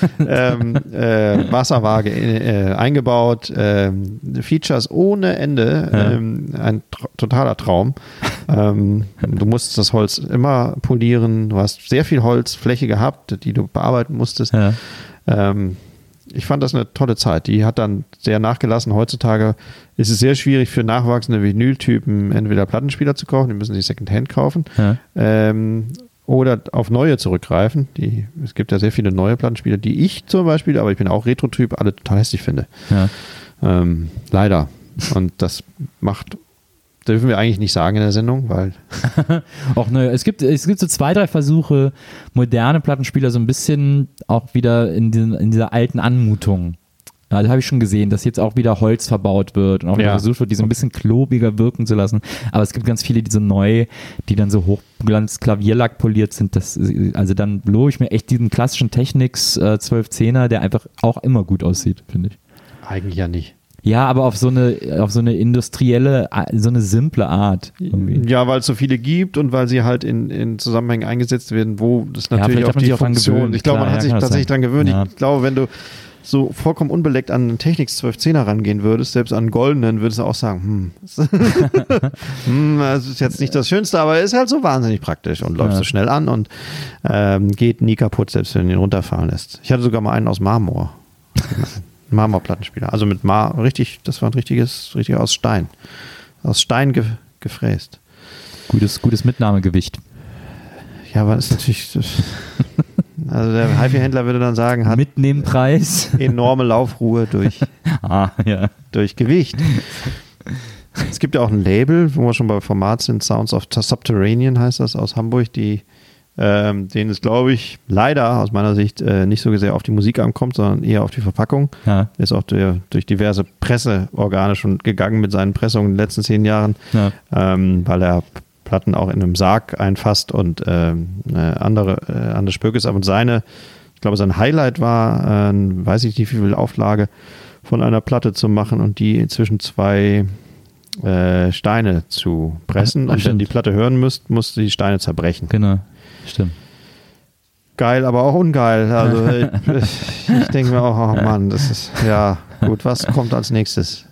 Wasserwaage eingebaut, Features ohne Ende, ein totaler Traum. Du musstest das Holz immer polieren. Du hast sehr viel Holzfläche gehabt, die du bearbeiten musstest. Ja. Ich fand das eine tolle Zeit. Die hat dann sehr nachgelassen. Heutzutage ist es sehr schwierig für nachwachsende Vinyltypen entweder Plattenspieler zu kaufen, die müssen sie Secondhand kaufen, oder auf neue zurückgreifen. Es gibt ja sehr viele neue Plattenspieler, die ich zum Beispiel, aber ich bin auch Retro-Typ, alle total hässlich finde. Ja. Leider. Und das dürfen wir eigentlich nicht sagen in der Sendung, weil auch es gibt so 2, 3 Versuche, moderne Plattenspieler so ein bisschen auch wieder in dieser alten Anmutung. Ja, da habe ich schon gesehen, dass jetzt auch wieder Holz verbaut wird und auch versucht wird, die so ein bisschen klobiger wirken zu lassen. Aber es gibt ganz viele, die dann so Hochglanz-Klavierlack poliert sind. Also dann lobe ich mir echt diesen klassischen Technics 1210er, der einfach auch immer gut aussieht, finde ich. Eigentlich ja nicht. Ja, aber auf so eine industrielle, so eine simple Art. Irgendwie. Ja, weil es so viele gibt und weil sie halt in Zusammenhängen eingesetzt werden, wo das natürlich auch die Funktion. Ich glaube, man hat sich tatsächlich dran gewöhnt. Ja. Ich glaube, wenn du so vollkommen unbeleckt an einen Technics 1210er rangehen würdest, selbst an einen goldenen, würdest du auch sagen, das ist jetzt nicht das Schönste, aber ist halt so wahnsinnig praktisch und läuft so schnell an und geht nie kaputt, selbst wenn du ihn runterfahren lässt. Ich hatte sogar mal einen aus Marmor. Marmorplattenspieler. Also mit das war ein richtiger aus Stein. aus Stein gefräst. Gutes Mitnahmegewicht. Ja, aber das ist natürlich... Also der HiFi-Händler würde dann sagen, hat Mitnehmpreis. Enorme Laufruhe durch Gewicht. Es gibt ja auch ein Label, wo wir schon bei Format sind, Sounds of Subterranean heißt das, aus Hamburg, denen es, glaube ich, leider aus meiner Sicht nicht so sehr auf die Musik ankommt, sondern eher auf die Verpackung. Ja. Ist auch durch diverse Presseorgane schon gegangen mit seinen Pressungen in den letzten 10 Jahren, weil er Platten auch in einem Sarg einfasst und andere Spökes. Aber sein Highlight war, weiß ich nicht, wie viel Auflage von einer Platte zu machen und die zwischen 2 Steine zu pressen. Und wenn die Platte hören musst du die Steine zerbrechen. Genau, stimmt. Geil, aber auch ungeil. Also ich denke mir auch, oh Mann, das ist, ja, gut, was kommt als nächstes?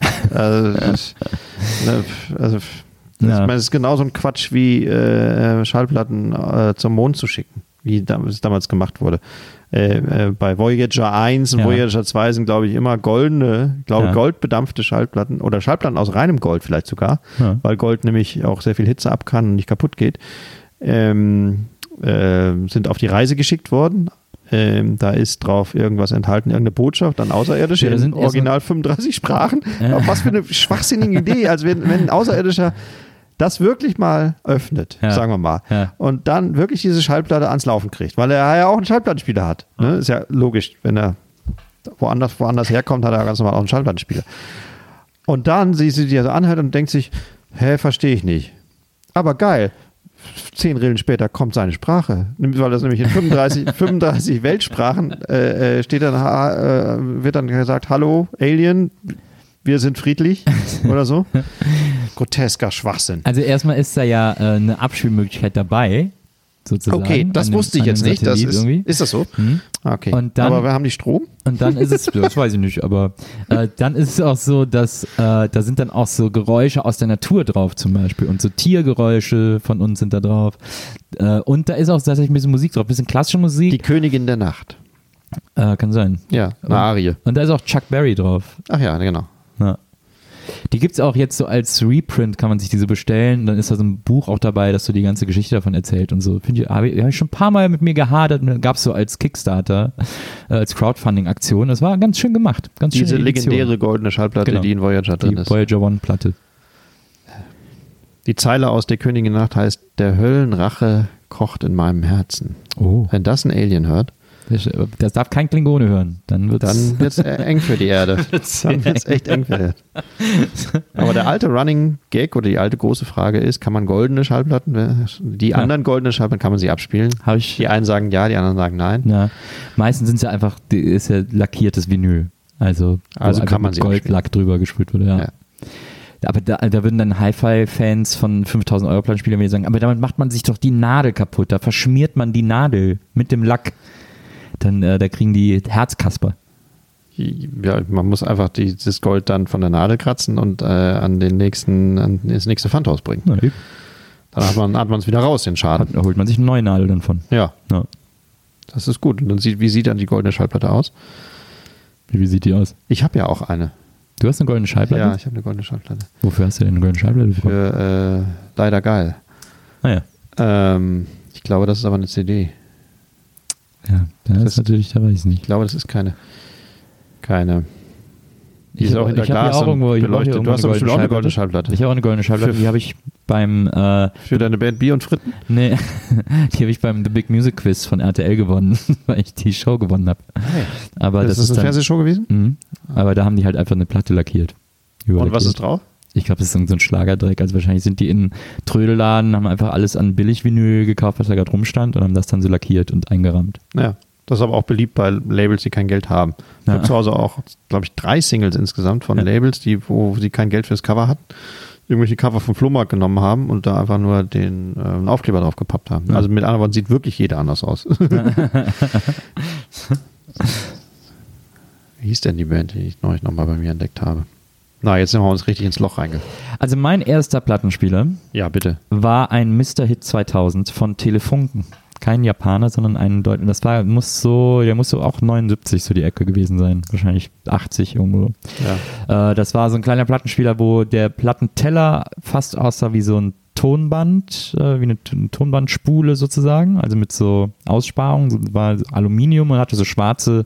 Ich meine, es ist genauso ein Quatsch wie Schallplatten zum Mond zu schicken, wie es damals gemacht wurde. Bei Voyager 1 und Voyager 2 sind, glaube ich, immer goldbedampfte Schallplatten oder Schallplatten aus reinem Gold vielleicht sogar, weil Gold nämlich auch sehr viel Hitze ab kann und nicht kaputt geht, sind auf die Reise geschickt worden. Da ist drauf irgendwas enthalten, irgendeine Botschaft an Außerirdische in original 35 Sprachen. Ja. Was für eine schwachsinnige Idee, als wenn ein Außerirdischer das wirklich mal öffnet, sagen wir mal, und dann wirklich diese Schallplatte ans Laufen kriegt, weil er ja auch einen Schallplattenspieler hat. Ne? Ist ja logisch, wenn er woanders herkommt, hat er ganz normal auch einen Schallplattenspieler. Und dann sieht sie die so anhört und denkt sich, verstehe ich nicht. Aber geil. 10 Rillen später kommt seine Sprache, weil das nämlich in 35 Weltsprachen wird dann gesagt, hallo Alien, wir sind friedlich oder so. Grotesker Schwachsinn. Also erstmal ist da ja eine Abspielmöglichkeit dabei, sozusagen. Okay, das wusste ich jetzt nicht. Ist das so? Mhm. Okay. Und dann, aber wir haben die Strom? Und dann ist es, das weiß ich nicht, aber dann ist es auch so, dass da sind dann auch so Geräusche aus der Natur drauf zum Beispiel und so Tiergeräusche von uns sind da drauf. Und da ist auch tatsächlich ein bisschen Musik drauf, ein bisschen klassische Musik. Die Königin der Nacht. Kann sein. Ja, eine Arie. Und da ist auch Chuck Berry drauf. Ach ja, genau. Ja. Die gibt es auch jetzt so als Reprint, kann man sich diese bestellen. Dann ist da so ein Buch auch dabei, das so die ganze Geschichte davon erzählt und so. Habe ich schon ein paar Mal mit mir gehadert und dann gab es so als Kickstarter, als Crowdfunding-Aktion. Das war ganz schön gemacht. Ganz diese legendäre goldene Schallplatte, die in Voyager drin ist. Die Voyager 1-Platte. Die Zeile aus Der Königin der Nacht heißt: Der Höllenrache kocht in meinem Herzen. Oh. Wenn das ein Alien hört. Das darf kein Klingone hören. Dann wird's eng für die Erde. Dann wird's echt eng für die Erde. Aber der alte Running Gag oder die alte große Frage ist, kann man goldene Schallplatten, die anderen goldene Schallplatten, kann man sie abspielen? Die einen sagen ja, die anderen sagen nein. Ja. Meistens sind es ja einfach, ist ja lackiertes Vinyl. Also kann man sie Goldlack drüber gesprüht wurde, ja. Aber da würden dann Hi-Fi-Fans von 5.000 € Plattenspielern wieder sagen, aber damit macht man sich doch die Nadel kaputt. Da verschmiert man die Nadel mit dem Lack. Dann da kriegen die Herzkasper. Ja, man muss einfach dieses Gold dann von der Nadel kratzen und an das nächste Pfandhaus bringen. Na, dann hat man es wieder raus, den Schaden. Da holt man sich eine neue Nadel dann von. Ja. Das ist gut. Und dann wie sieht dann die goldene Schallplatte aus? Wie sieht die aus? Ich habe ja auch eine. Du hast eine goldene Schallplatte? Ja, ich habe eine goldene Schallplatte. Wofür hast du denn eine goldene Schallplatte? Für Leider geil. Ah ja. Ich glaube, das ist aber eine CD. Ja, das ist natürlich, da weiß ich nicht. Ich glaube, das ist keine. Die ist auch hinter Glas auch irgendwo beleuchtet. Du hast aber bestimmt auch eine goldene Schallplatte. Ich habe auch eine goldene Schallplatte, die habe ich beim... für deine Band Bier und Fritten? Nee, die habe ich beim The Big Music Quiz von RTL gewonnen, weil ich die Show gewonnen habe. Aber das ist eine Fernsehshow gewesen? Aber da haben die halt einfach eine Platte lackiert. Und was ist drauf? Ich glaube, das ist so ein Schlagerdreck. Also wahrscheinlich sind die in Trödelladen, haben einfach alles an Billig-Vinyl gekauft, was da gerade rumstand und haben das dann so lackiert und eingerahmt. Ja, das ist aber auch beliebt bei Labels, die kein Geld haben. Ich habe zu Hause auch, glaube ich, 3 Singles insgesamt von Labels, wo sie kein Geld fürs Cover hatten. Irgendwelche Cover vom Flohmarkt genommen haben und da einfach nur den Aufkleber drauf gepappt haben. Ja. Also mit anderen Worten sieht wirklich jeder anders aus. Wie hieß denn die Band, die ich neulich nochmal bei mir entdeckt habe? Na, jetzt sind wir uns richtig ins Loch reingegangen. Also mein erster Plattenspieler bitte. War ein Mr. Hit 2000 von Telefunken. Kein Japaner, sondern ein Deutscher. Der muss so auch 79 so die Ecke gewesen sein. Wahrscheinlich 80 irgendwo. Ja. Das war so ein kleiner Plattenspieler, wo der Plattenteller fast aussah wie so ein Tonband, wie eine Tonbandspule sozusagen, also mit so Aussparungen, war Aluminium und hatte so schwarze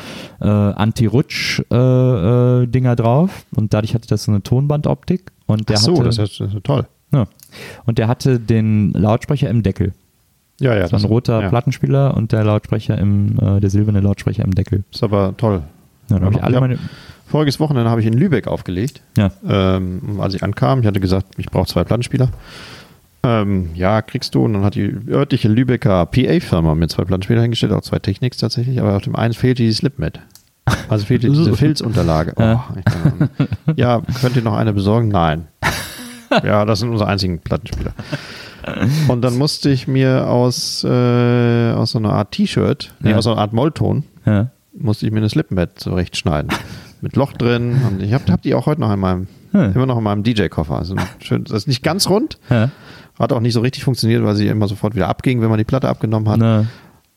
Anti-Rutsch-Dinger drauf und dadurch hatte das so eine Tonbandoptik. Und der das ist toll. Ja. Und der hatte den Lautsprecher im Deckel. Ja, das war ein roter Plattenspieler und der Lautsprecher der silberne Lautsprecher im Deckel. Ist aber toll. Ja, voriges Wochenende habe ich in Lübeck aufgelegt, als ich ankam. Ich hatte gesagt, ich brauche 2 Plattenspieler. Ja, kriegst du. Und dann hat die örtliche Lübecker PA-Firma mir 2 Plattenspieler hingestellt, auch 2 Technics tatsächlich, aber auf dem einen fehlte die Slipmat. Also fehlte diese Filzunterlage. Ja, könnt ihr noch eine besorgen? Nein. Ja, das sind unsere einzigen Plattenspieler. Und dann musste ich mir aus so einer Art T-Shirt, aus so einer Art Mollton, musste ich mir eine Slipmat zurechtschneiden. Mit Loch drin. Und ich hab die auch heute noch immer noch in meinem DJ-Koffer. Also schön, das ist nicht ganz rund. Ja. Hat auch nicht so richtig funktioniert, weil sie immer sofort wieder abging, wenn man die Platte abgenommen hat.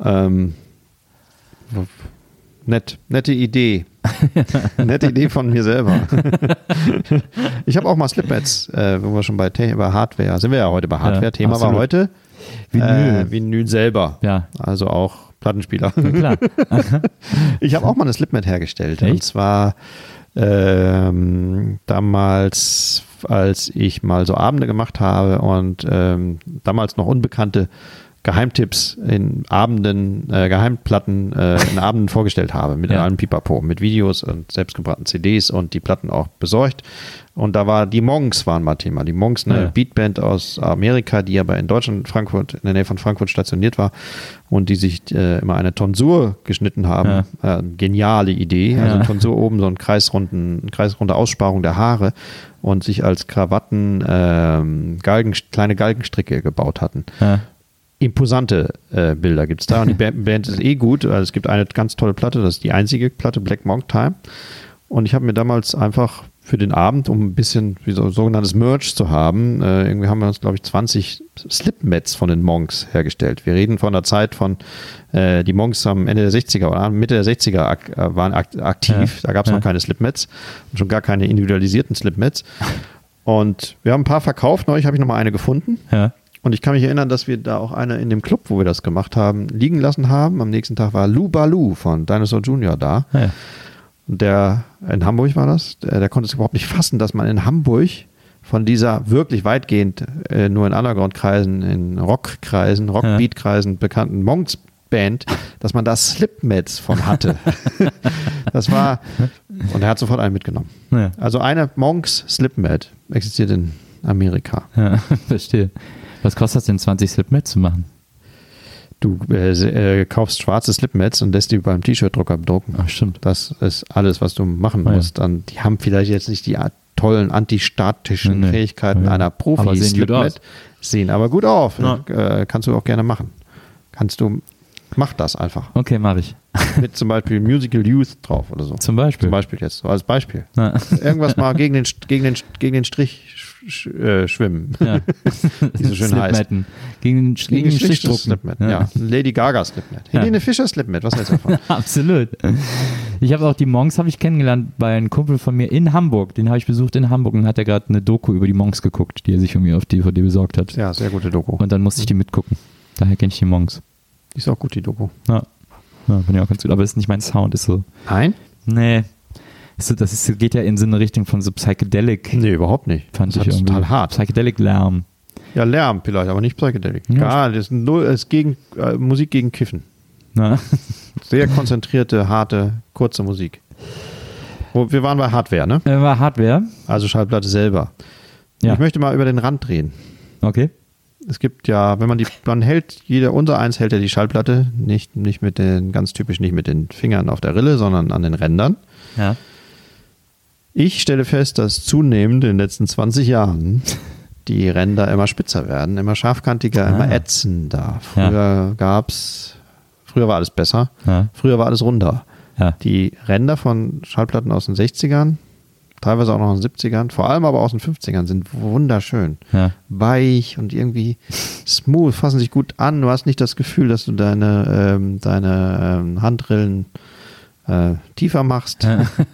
Nette Idee. Nette Idee von mir selber. Ich habe auch mal Slipmats, wo wir schon bei Hardware, sind wir ja heute bei Hardware. Thema absolut. War heute Vinyl selber. Ja. Also auch Plattenspieler. Ja, klar. Ich habe auch mal eine Slipmat hergestellt. Echt? Und zwar damals, als ich mal so Abende gemacht habe und damals noch unbekannte Geheimtipps in Abenden, Geheimplatten in Abenden vorgestellt habe, mit allem Pipapo, mit Videos und selbstgebrannten CDs und die Platten auch besorgt. Und da war die Monks waren mal Thema. Die Monks, eine Beatband aus Amerika, die aber in Deutschland, Frankfurt, in der Nähe von Frankfurt stationiert war und die sich immer eine Tonsur geschnitten haben. Geniale Idee. Also Tonsur oben, so eine kreisrunde Aussparung der Haare und sich als Krawatten kleine Galgenstricke gebaut hatten. Ja. Imposante Bilder gibt es da und die Band ist gut. Also es gibt eine ganz tolle Platte, das ist die einzige Platte, Black Monk Time. Und ich habe mir damals einfach für den Abend, um ein bisschen wie so sogenanntes Merch zu haben, irgendwie haben wir uns, glaube ich, 20 Slipmats von den Monks hergestellt. Wir reden von der Zeit von, die Monks am Ende der 60er oder Mitte der 60er waren aktiv. Da gab es noch keine Slipmats und schon gar keine individualisierten Slipmats. Und wir haben ein paar verkauft. Neulich habe ich noch mal eine gefunden. Ja. Und ich kann mich erinnern, dass wir da auch eine in dem Club, wo wir das gemacht haben, liegen lassen haben. Am nächsten Tag war Lou Baloo von Dinosaur Jr. da. Ja. Und der, in Hamburg war das, der konnte es überhaupt nicht fassen, dass man in Hamburg von dieser wirklich weitgehend nur in Underground-Kreisen, in Rockkreisen, Rockbeat-Kreisen bekannten Monks-Band, dass man da Slipmats von hatte. Das war, und er hat sofort einen mitgenommen. Ja. Also eine Monks Slipmat existiert in Amerika. Ja, verstehe. Was kostet das denn, 20 Slipmats zu machen? Du kaufst schwarze Slipmats und lässt die beim T-Shirt-Drucker bedrucken. Ach, stimmt. Das ist alles, was du machen musst. Dann, die haben vielleicht jetzt nicht die tollen antistatischen Fähigkeiten einer Profi-Slipmat. Sehen aber gut auf. Kannst du auch gerne machen. Mach das einfach. Okay, mache ich. Mit zum Beispiel Musical Youth drauf oder so. Zum Beispiel jetzt, so als Beispiel. Irgendwas mal gegen den Strich schwimmen. Ja. Wie so schön heißt. Gegen den Strich Slipmat. Ja. Lady Gaga Slipmat. Helene Fischer Slipmat, was hältst du davon? Absolut. Ich habe auch die Monks kennengelernt bei einem Kumpel von mir in Hamburg. Den habe ich besucht in Hamburg und hat er gerade eine Doku über die Monks geguckt, die er sich irgendwie auf DVD besorgt hat. Ja, sehr gute Doku. Und dann musste ich die mitgucken. Daher kenne ich die Monks. Die ist auch gut, die Doku. Ja, finde ich auch ganz gut. Aber es ist nicht mein Sound. Ist so. Nein? Nee. Geht ja in so eine Richtung von so Psychedelic. Nee, überhaupt nicht. Fand ich irgendwie total hart. Psychedelic-Lärm. Ja, Lärm vielleicht, aber nicht Psychedelic. Ja. Das ist Musik gegen Kiffen. Na? Sehr konzentrierte, harte, kurze Musik. Wir waren bei Hardware, ne? War Hardware. Also Schallplatte selber. Ja. Ich möchte mal über den Rand drehen. Okay. Es gibt ja, wenn man hält, unser eins hält ja die Schallplatte, nicht mit den, ganz typisch nicht mit den Fingern auf der Rille, sondern an den Rändern. Ja. Ich stelle fest, dass zunehmend in den letzten 20 Jahren die Ränder immer spitzer werden, immer scharfkantiger, immer ätzender. Früher war alles besser, früher war alles runder. Ja. Die Ränder von Schallplatten aus den 60ern teilweise auch noch in den 70ern, vor allem aber aus den 50ern, sind wunderschön. Ja. Weich und irgendwie smooth, fassen sich gut an. Du hast nicht das Gefühl, dass du deine Handrillen tiefer machst.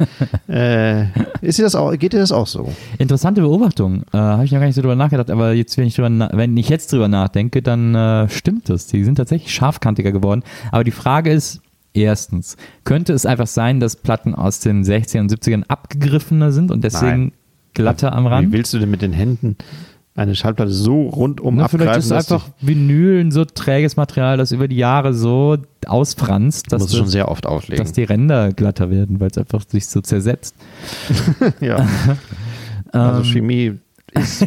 Geht dir das auch so? Interessante Beobachtung. Habe ich noch gar nicht so drüber nachgedacht, aber jetzt, wenn ich jetzt drüber nachdenke, dann stimmt das. Die sind tatsächlich scharfkantiger geworden. Aber die Frage ist, erstens, könnte es einfach sein, dass Platten aus den 60ern und 70ern abgegriffener sind und deswegen glatter am Rand? Wie willst du denn mit den Händen eine Schallplatte so rundum abgreifen? Vielleicht ist einfach Vinyl ein so träges Material, das über die Jahre so ausfranst, dass schon sehr oft auflegen. Dass die Ränder glatter werden, weil es einfach sich so zersetzt. Ja. Also Chemie ist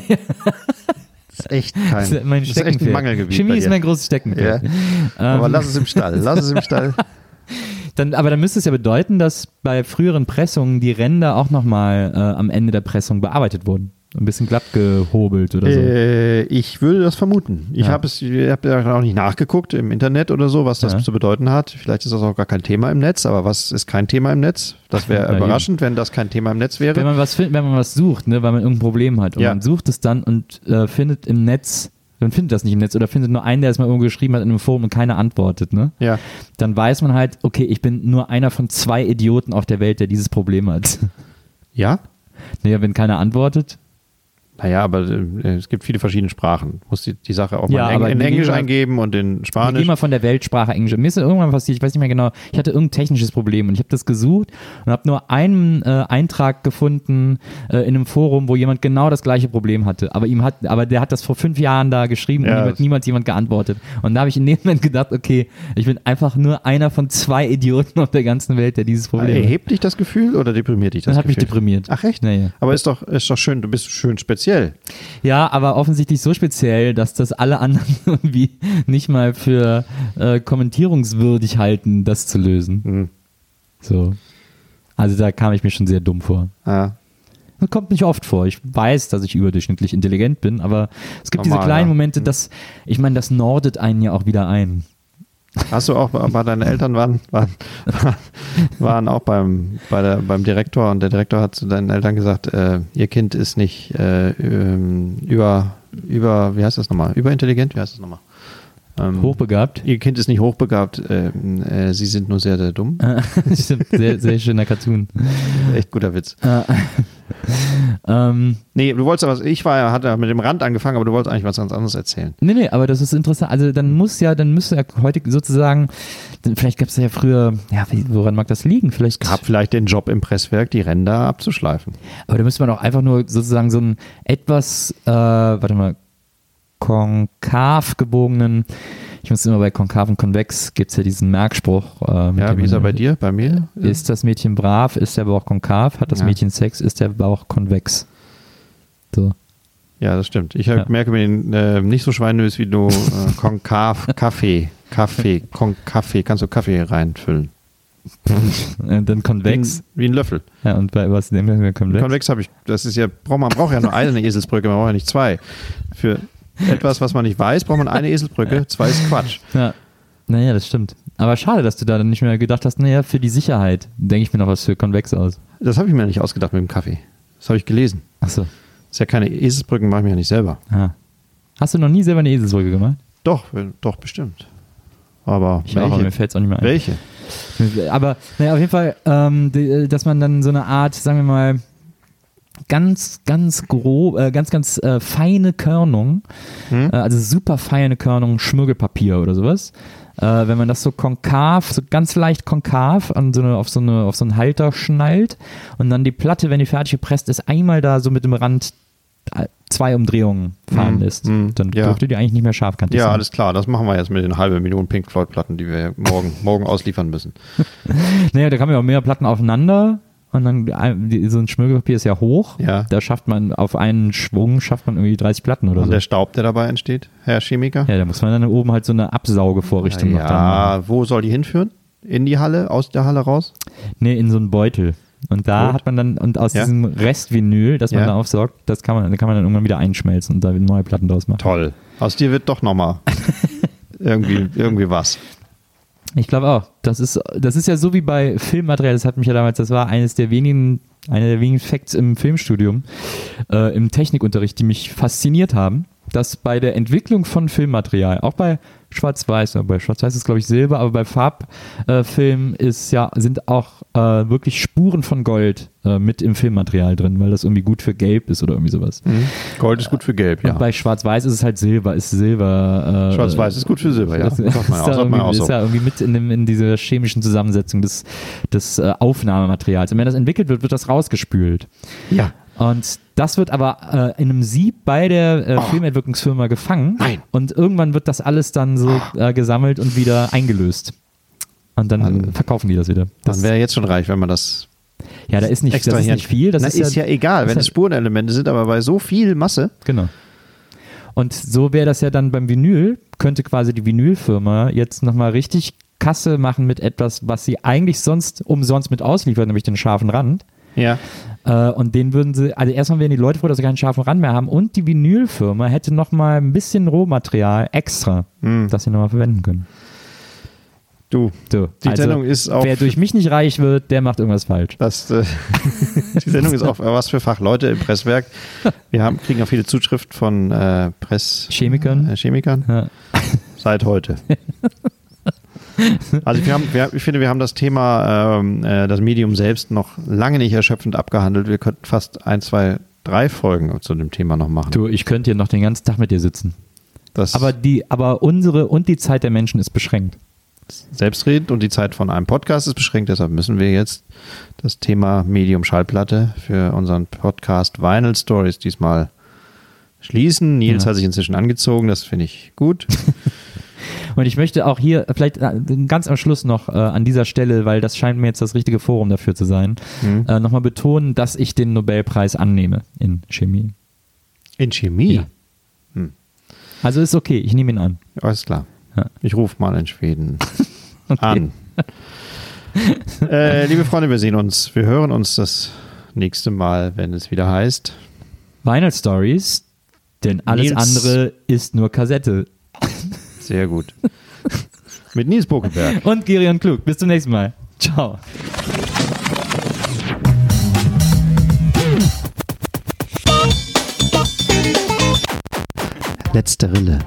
echt das ist echt ein Mangelgebiet. Chemie ist mein großes Steckenpferd. Ja. Aber lass es im Stall. Aber dann müsste es ja bedeuten, dass bei früheren Pressungen die Ränder auch nochmal am Ende der Pressung bearbeitet wurden. Ein bisschen glatt gehobelt oder so. Ich würde das vermuten. Ich habe ja auch nicht nachgeguckt im Internet oder so, was das zu bedeuten hat. Vielleicht ist das auch gar kein Thema im Netz, aber was ist kein Thema im Netz? Das wäre überraschend, wenn das kein Thema im Netz wäre. Wenn man was sucht, ne, weil man irgendein Problem hat und man sucht es dann und findet im Netz, man findet das nicht im Netz oder findet nur einen, der es mal irgendwo geschrieben hat in einem Forum und keiner antwortet, ne? Ja. Dann weiß man halt, okay, ich bin nur einer von 2 Idioten auf der Welt, der dieses Problem hat. Ja? Naja, wenn keiner antwortet. Naja, aber es gibt viele verschiedene Sprachen. Du musst die Sache auch mal in Englisch eingeben und in Spanisch. Wir gehen mal von der Weltsprache Englisch. Mir ist irgendwann passiert, ich weiß nicht mehr genau, ich hatte irgendein technisches Problem und ich habe das gesucht und habe nur einen Eintrag gefunden in einem Forum, wo jemand genau das gleiche Problem hatte. Aber der hat das vor 5 Jahren da geschrieben und hat niemals jemand geantwortet. Und da habe ich in dem Moment gedacht, okay, ich bin einfach nur einer von 2 Idioten auf der ganzen Welt, der dieses Problem hat. Erhebt dich das Gefühl oder deprimiert dich das Gefühl? Das hat mich deprimiert. Ach echt? Naja. Aber ist doch schön, du bist schön speziell. Ja, aber offensichtlich so speziell, dass das alle anderen irgendwie nicht mal für kommentierungswürdig halten, das zu lösen. Mhm. So. Also da kam ich mir schon sehr dumm vor. Ja. Das kommt nicht oft vor. Ich weiß, dass ich überdurchschnittlich intelligent bin, aber es gibt diese kleinen Momente, das nordet einen ja auch wieder ein. Hast du auch, aber deine Eltern waren auch beim Direktor und der Direktor hat zu deinen Eltern gesagt, ihr Kind ist nicht wie heißt das nochmal? Überintelligent? Wie heißt das nochmal? Hochbegabt? Ihr Kind ist nicht hochbegabt, sie sind nur sehr, sehr dumm. Stimmt, sehr, sehr schöner Cartoon. Echt guter Witz. Nee, du wolltest aber, hatte mit dem Rand angefangen, aber du wolltest eigentlich was ganz anderes erzählen. Nee, aber das ist interessant. Also dann müsste ja heute sozusagen, vielleicht gab es ja früher, woran mag das liegen? Gab vielleicht den Job im Presswerk, die Ränder abzuschleifen. Aber da müsste man auch einfach nur sozusagen so einen etwas, konkav gebogenen, ich muss immer bei konkav und konvex, gibt es ja diesen Merkspruch. Wie ist er bei dir, bei mir? Ist das Mädchen brav, ist der Bauch konkav, hat das Mädchen Sex, ist der Bauch konvex. So. Ja, das stimmt. Ich merke mir den nicht so schweinös wie du, konkav, Kaffee, kannst du Kaffee reinfüllen. Und dann konvex. Wie ein Löffel. Ja, und bei was nehmen wir konvex? Konvex habe ich, man braucht ja nur eine Eselsbrücke, man braucht ja nicht 2. Für etwas, was man nicht weiß, braucht man eine Eselsbrücke, 2 ist Quatsch. Ja. Naja, das stimmt. Aber schade, dass du da dann nicht mehr gedacht hast, für die Sicherheit denke ich mir noch was für konvex aus. Das habe ich mir nicht ausgedacht mit dem Kaffee. Das habe ich gelesen. Ach so. Das ist ja keine Eselsbrücken, mache ich mir ja nicht selber. Ah. Hast du noch nie selber eine Eselsbrücke gemacht? Doch, bestimmt. Aber mir fällt es auch nicht mehr ein. Welche? Aber auf jeden Fall, dass man dann so eine Art, sagen wir mal, ganz grob, ganz feine Körnung, also super feine Körnung Schmirgelpapier oder sowas. Wenn man das so konkav, so ganz leicht konkav auf so einen Halter schnallt und dann die Platte, wenn die fertig gepresst ist, einmal da so mit dem Rand 2 Umdrehungen fahren lässt, dann dürfte die eigentlich nicht mehr scharfkantig sein. Ja, alles klar. Das machen wir jetzt mit den 500.000 Pink Floyd Platten, die wir morgen ausliefern müssen. Naja, da kann man ja auch mehr Platten aufeinander. Und dann so ein Schmirgelpapier ist ja hoch. Ja. Da schafft man auf einen Schwung irgendwie 30 Platten oder so. Und der Staub, der dabei entsteht, Herr Chemiker? Ja, da muss man dann oben halt so eine Absaugevorrichtung noch dran machen. Wo soll die hinführen? In die Halle? Aus der Halle raus? Nee, in so einen Beutel. Und da hat man dann, und aus diesem Restvinyl, das man da aufsaugt, da kann man dann irgendwann wieder einschmelzen und da neue Platten draus machen. Toll. Aus dir wird doch nochmal irgendwie was. Ich glaube auch. Das ist ja so wie bei Filmmaterial, das war einer der wenigen Facts im Filmstudium, im Technikunterricht, die mich fasziniert haben, dass bei der Entwicklung von Filmmaterial, auch bei Schwarz-Weiß ist glaube ich Silber, aber bei Farbfilmen sind auch wirklich Spuren von Gold mit im Filmmaterial drin, weil das irgendwie gut für Gelb ist oder irgendwie sowas. Gold ist gut für Gelb, ja. Und bei Schwarz-Weiß ist es halt Silber. Schwarz-Weiß ist gut für Silber, ja. Das ist ja irgendwie mit in dieser chemischen Zusammensetzung des Aufnahmematerials. Und wenn das entwickelt wird, wird das rausgespült. Ja. Und das wird aber in einem Sieb bei der Filmentwicklungsfirma gefangen. Nein. Und irgendwann wird das alles dann so gesammelt und wieder eingelöst. Und dann verkaufen die das wieder. Man wäre jetzt schon reich, wenn man das. Ja, da ist nicht viel. Das ist ja egal, wenn es Spurenelemente sind, aber bei so viel Masse. Genau. Und so wäre das ja dann beim Vinyl, könnte quasi die Vinylfirma jetzt nochmal richtig Kasse machen mit etwas, was sie eigentlich sonst umsonst mit ausliefert, nämlich den scharfen Rand. Ja. Und den würden sie, also erstmal wären die Leute froh, dass sie keinen scharfen Rand mehr haben und die Vinylfirma hätte nochmal ein bisschen Rohmaterial extra, das sie nochmal verwenden können. Die Sendung ist auch. Wer durch mich nicht reich wird, der macht irgendwas falsch. Die Sendung ist auch was für Fachleute im Presswerk. Wir kriegen auch viele Zuschriften von Chemikern. Ja. Seit heute. Also ich finde, wir haben das Thema, das Medium selbst noch lange nicht erschöpfend abgehandelt. Wir könnten fast 1, 2, 3 Folgen zu dem Thema noch machen. Ich könnte hier noch den ganzen Tag mit dir sitzen. Aber unsere und die Zeit der Menschen ist beschränkt. Selbstredend und die Zeit von einem Podcast ist beschränkt, deshalb müssen wir jetzt das Thema Medium Schallplatte für unseren Podcast Vinyl Stories diesmal schließen. Nils hat sich inzwischen angezogen, das finde ich gut. Und ich möchte auch hier vielleicht ganz am Schluss noch an dieser Stelle, weil das scheint mir jetzt das richtige Forum dafür zu sein, nochmal betonen, dass ich den Nobelpreis annehme in Chemie. In Chemie? Ja. Also ist okay, ich nehme ihn an. Alles klar. Ja. Ich rufe mal in Schweden an. Liebe Freunde, wir hören uns das nächste Mal, wenn es wieder heißt Vinyl Stories, denn alles andere ist nur Kassette. Sehr gut. Mit Nils Bokelberg. Und Gerion Klug. Bis zum nächsten Mal. Ciao. Letzte Rille.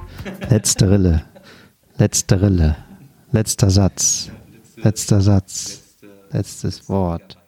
Letzter Satz. Letztes Wort.